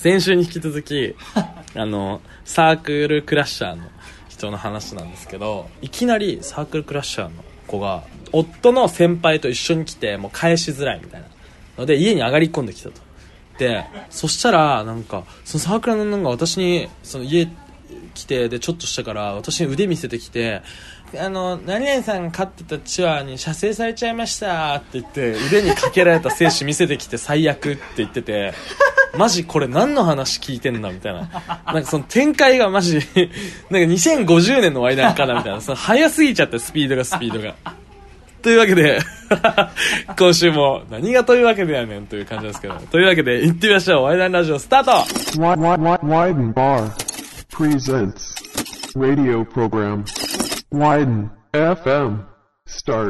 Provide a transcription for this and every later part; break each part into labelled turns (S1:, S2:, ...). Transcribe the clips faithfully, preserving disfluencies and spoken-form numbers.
S1: 先週に引き続きあのサークルクラッシャーの人の話なんですけど、いきなりサークルクラッシャーの子が夫の先輩と一緒に来てもう返しづらいみたいなので家に上がり込んできたと。でそしたらなんかそのサークルのなんか私にその家来てでちょっとしたから私に腕見せてきて、あの何々さんが飼ってたチワワに射精されちゃいましたって言って腕にかけられた精子見せてきて最悪って言っててマジこれ何の話聞いてんだみたいな、なんかその展開がマジなんかにせんごじゅうねんのワイダンかなみたいな、その早すぎちゃってスピードがスピードがというわけで今週も何がというわけでやねんという感じですけど、というわけで行ってみましょう。ワイダンラジオスタート。
S2: ワイデンバーpresents radio program Widen エフエム start。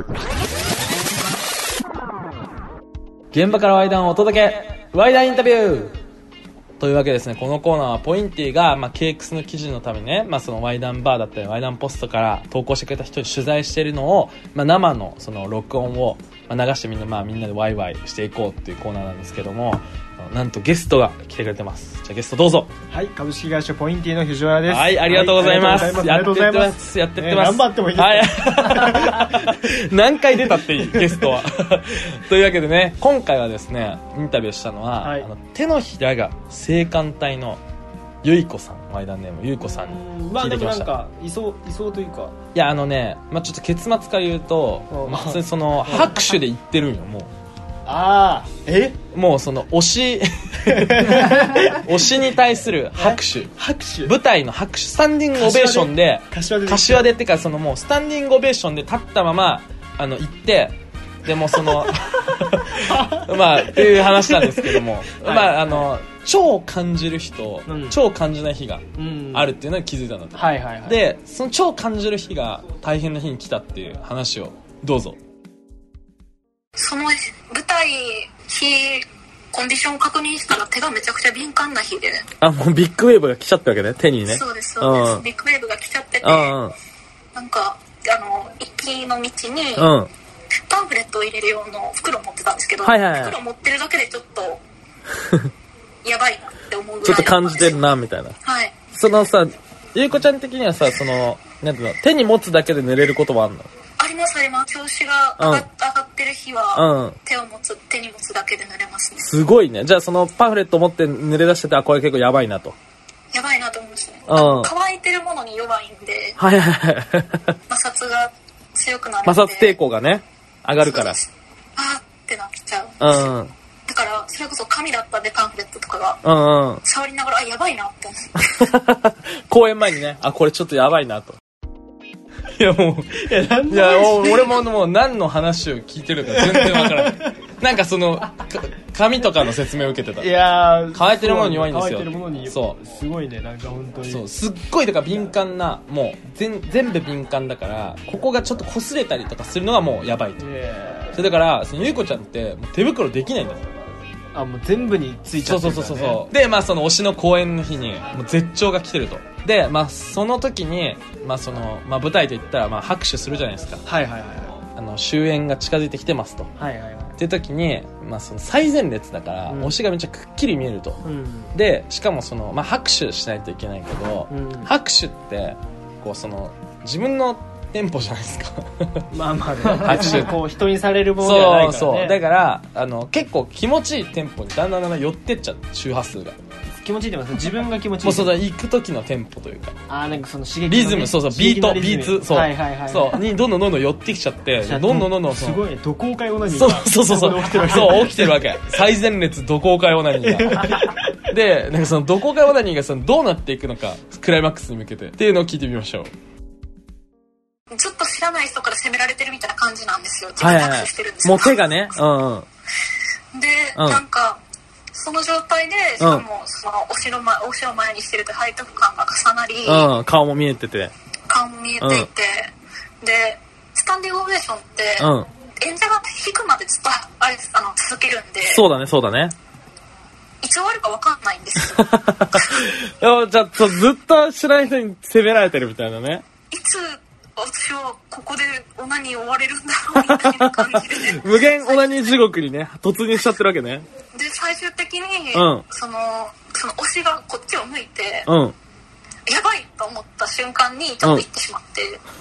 S1: 現場からワイダンをお届け、ワイダンインタビューというわけですね。このコーナーはポインティが、まあ、ケークスの記事のためにね、まあ、そのワイダンバーだったりワイダンポストから投稿してくれた人に取材しているのを、まあ、生のその録音を流してみんな、まあ、みんなでワイワイしていこうっていうコーナーなんですけども、なんとゲストが来てくれてます。じゃあゲストどうぞ。
S3: はい、株式会社ポインティの藤原です。
S1: はい、ありがとうございます。
S3: はい、ありがとうございます。
S1: やってってます。
S3: 頑張ってもいいですか。
S1: はい、何回出たっていいゲストはというわけでね、今回はですねインタビューしたのは、はい、あの手のひらが青函隊のゆいこさん、ワイダンネームゆいこさんに聞いてきました。
S3: まあ、でもなんかいそういそうというか、
S1: いやあのね、まあ、ちょっと結末から言うと、まあ、その拍手で言ってるんよもう。
S3: ああ、え
S1: もうその推し推しに対する拍手、
S3: 拍手、
S1: 舞台の拍手、スタンディングオベーションで
S3: 柏で
S1: 柏でってかそのもうスタンディングオベーションで立ったままあの行って、でもそのまあっていう話なんですけども、はい、まああの超感じる日と、うん、超感じない日があるっていうのに気づいたんだと、うん、はいはいはい、でその超感じる日が大変な日に来たっていう話をどうぞ。
S4: その舞台日コンディションを確認したら手がめちゃくちゃ敏感な日で、
S1: あ、もうビッグウェーブが来ちゃったわけね、手にね。
S4: そうですそうです、うん、ビッグウェーブが来ちゃってて、うん、なんかあの行きの道に、うん、パンフレットを入れる用の袋を持ってたんですけど、はいはいはい、袋を持ってるだけでちょっとやばいなって思うぐらい
S1: ちょっと感じてるなみたいな。
S4: はい。
S1: そのさ、ゆいこちゃん的にはさ、そのなんていうの、手に持つだけで寝れることもあるの？
S4: ありますあります。調子が上が、うん、上がってる日は、うん、手を持つ手に持つだけで寝れますね。
S1: すごいね。じゃあそのパンフレット持って寝れ出してて、あ、これ結構やばいなと。
S4: やばいなと思いますね。うん、乾いてるものに弱いんで、
S1: はいはいはい。
S4: 摩擦が強くなるんで。
S1: 摩擦抵抗がね上がるから。
S4: あーってなっちゃう。うん。だからそれこそ紙だったんでパンフレットとかが、うんうん、触りながらあやばいなって思って。
S1: 公演前にね、あこれちょっとやばいなと。いやもういやなんいや俺ももう何の話を聞いてるか全然わからない。なんかその紙とかの説明を受けてた。
S3: いや
S1: 乾いてるものに弱いんですよ。
S3: 乾いてるものにそうすごいね、なんか本当に
S1: そうすっごいだから敏感な、もう全全部敏感だから、ここがちょっと擦れたりとかするのがもうやばいと。それだからそのゆいこちゃんってもう手袋できないんだよ。
S3: あもう全部についちゃってるから、ね、そうそうそうそう。で
S1: まあその推しの公演の日にもう絶頂が来てると。でまあその時にまあそのまあ舞台といったらまあ拍手するじゃないですか。
S3: はいはいはい。
S1: あの終演が近づいてきてますと。
S3: はいはいはい。
S1: っていう時にまあその最前列だから、うん、推しがめっちゃくっきり見えると。うん、でしかもそのまあ拍手しないといけないけど、うん、拍手ってこうその自分のテンポじゃないですか。
S3: まあまあね、拍手こう人にされるものじゃないからね。そうそう。
S1: だからあの結構気持ちいいテンポにだんだんだんだん寄ってっちゃう、周波数が。
S3: 気持ちいいってます。自分が気持ちいい。
S1: もうその行く時のテンポというか。
S3: ああなんかその刺激の、ね、
S1: リズム、そうそうビートビーツそう、
S3: はいはいはい、
S1: そうにどんどんどんどん寄ってきちゃって、どんどんどんどん
S3: すごいどこかよなに
S1: そうそうそうそう起きてるわけ。そう起きてるわけ。最前列どこかよなにが。でなんかそのどこかよなにがそのどうなっていくのかクライマックスに向けてっていうのを聞いてみましょう。
S4: ずっと知らない人から責められてるみたいな感じなんですよ。自分で拍手してるんですよ。
S1: もう手がね。うんうん。
S4: で、うん、なんかその状態でしかもそのお城前お城前にしてると背徳感が重なり、
S1: うん、顔も見えてて、
S4: 顔も見えていて、うん、でスタンディングオベーションって、うん、演者が弾くまでずっとあれあの続けるんで。
S1: そうだねそうだね。
S4: いつ終わるか分かんないんですよ。
S1: じゃあずっと知らない人に責められてるみたいなね。
S4: いつ私はここでオナニー終われるんだろうみたいな感じで、ね、
S1: 無限オナニー地獄にね突入しちゃってるわけね。
S4: で最終的に、
S1: うん、
S4: そのその推しがこっちを向いて、
S1: うん、
S4: やばいと思った瞬間にちょっと行ってしまって、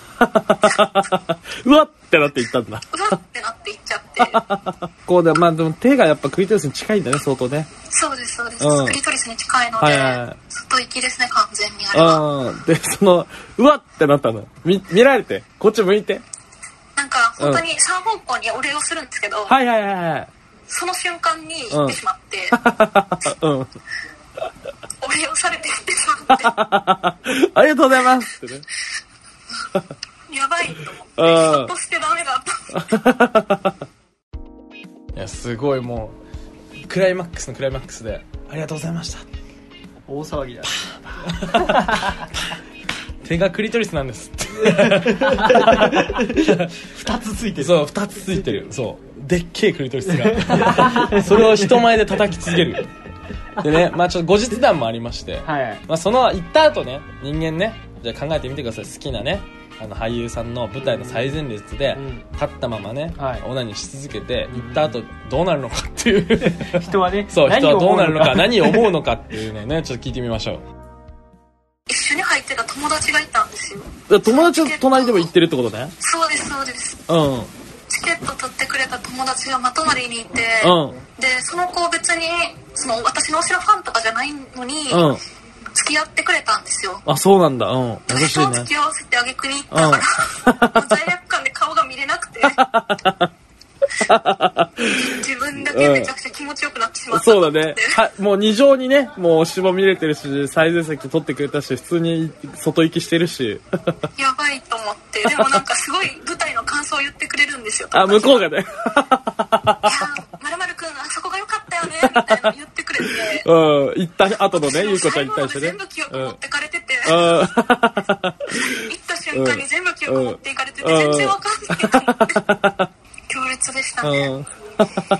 S1: うん、うわってなって行ったんだ。
S4: うわってなって行っちゃって
S1: こうで、まあでも手がやっぱクリトリスに近いんだね、相当ね。
S4: そうですそうです、うん、クリトリスに近いので、はいはいはい、外行きですね、完全にあれは。
S1: でそのうわってなったの 見, 見られてこっち向いて
S4: なんか本当にさん方向にお礼をするんですけど、
S1: はいはいはいはい、
S4: その瞬間に行ってしまって、うん、お礼をされて行ってしまってあ
S1: りがとうございますってね
S4: やばいと思って、ひょっとしてダメだと
S1: いやすごい、もうクライマックスのクライマックスでありがとうございました、
S3: 大騒ぎだ
S1: 手がクリトリスなんですって
S3: ふたつついてる。
S1: そうふたつついてる、そうでっけえクリトリスがそれを人前で叩き続けるでね、まあちょっと後日談もありまして、はい、まあその行った後ね、人間ね、じゃあ考えてみてください。好きなねあの俳優さんの舞台の最前列で立ったままね、はい、オナニーし続けて行った後どうなるのかっていう
S3: 人はね、
S1: そう人はどうなるのか何を思うのかっていうのをねちょっと聞いてみましょう。
S4: 一緒に入ってた友達がいたんですよ。
S1: 友達の隣でも行ってるってことね。
S4: そうですそうです、
S1: うん、
S4: チケット取ってくれた友達がまとまりにいて、
S1: うん、
S4: でその子別にその私の推しのファンとかじゃないのに、うん、付き合ってくれたんですよ。
S1: あ、そうなんだ。うん。
S4: 優しいね。付き合わせてあげくに行ったから、うん、罪悪感で顔が見れなくて自分だけめちゃくちゃ気持ちよくなってしまった、うん、
S1: そうだね。はもう二乗にね、もう推しも見れてるし、最前席取ってくれたし、普通に外行きしてるし
S4: やばいと思って。でもなんかすごい舞台の感想を言ってくれるんですよ。
S1: あ、向こうがねいや
S4: 〇〇くんあそこが良かったよねみたいなの言ってくれて
S1: うん、行った後のね、ゆうこちゃんに対してね、
S4: 全部記憶持ってかれてて、うん、行った瞬間に全部記憶持っていかれてて、うん、全然わかんないと思って強烈でしたね、うん、だから、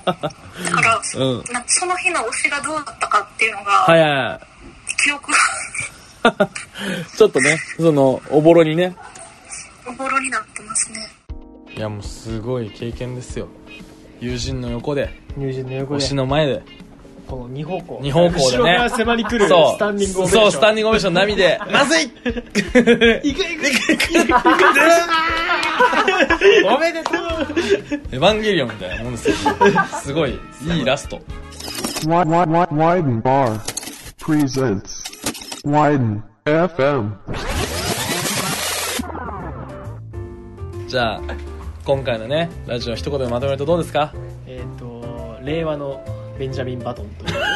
S4: うん、なその日の推しがどうだったかっていうのが、はいはいはい、記憶が
S1: ちょっとね、そのおぼろにね
S4: おぼろになってますね。
S1: いやもうすごい経験ですよ。友人の横で、
S3: 友人の横で、
S1: 推しの前で、
S3: この二方向
S1: 二方向でね、
S3: 後ろから迫り来るスタンディングオベーション、
S1: そうスタンディングオベーション並みでまずい行く行く行く行くおめでとうエヴァンゲリオンみたいなもんですよすごいいいラスト。
S2: Widen Bar presents Widen エフエム。
S1: じゃあ今回のねラジオ一言でまとめるとどうですか？
S3: えっと令和のベンジャミン・バトンという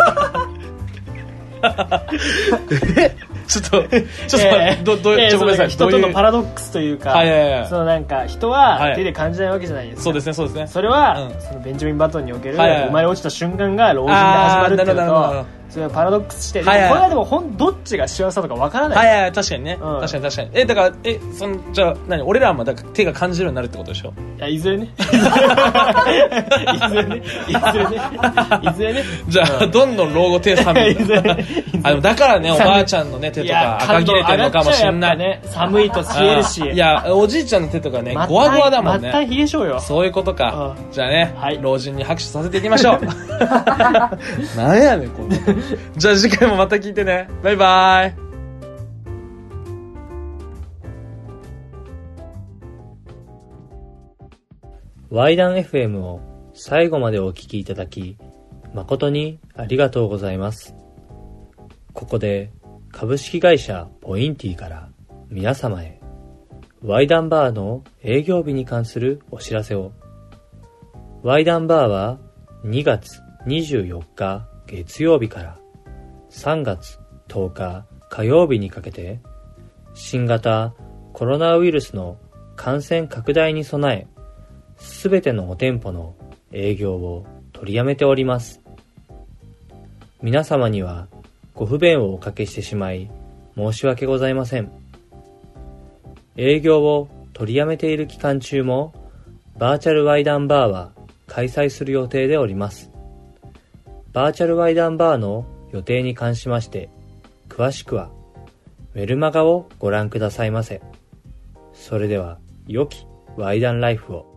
S1: えちょっとちょっと、えー、どど
S3: えー、
S1: ちょごめんなさい、
S3: 人とのパラドックスというか、
S1: はいはいはい、
S3: そのなんか人は手で感じないわけじゃないですか、はい、
S1: そうですねそうですね。
S3: それは、うん、そのベンジャミン・バトンにおける、はいはい、生まれ落ちた瞬間が老人で始まるっていうのと、それはパラドックスして、はいはい、これはでもほんどっちが幸せとかわからない。
S1: はいはい、確かにね、うん、確かに確かに。えだからえそのじゃあ何俺らもだから手が感じるようになるってことでしょ？
S3: いやいずれねいずれねいずれねいずれね
S1: じゃあ、うん、どんどん老後手冷めるあのだからねおばあちゃんのね手とか赤切れてるのかもしれないね。
S3: 寒いと冷えるし、
S1: いやおじいちゃんの手とかねゴワゴワだもんね。
S3: また冷え性よ。
S1: そういうことか、うん、じゃあね、はい、老人に拍手させていきましょうなんやねんこんなじゃあ次回もまた聞いてね。バイバイ。
S5: ワイダン エフエム を最後までお聞きいただき誠にありがとうございます。ここで株式会社ポインティから皆様へワイダンバーの営業日に関するお知らせを。ワイダンバーはにがつにじゅうよっか月曜日からさんがつとおか火曜日にかけて新型コロナウイルスの感染拡大に備えすべてのお店舗の営業を取りやめております。皆様にはご不便をおかけしてしまい申し訳ございません。営業を取りやめている期間中もバーチャルワイダンバーは開催する予定でおります。バーチャルワイダンバーの予定に関しまして詳しくはメルマガをご覧くださいませ。 それでは、良きワイダンライフを。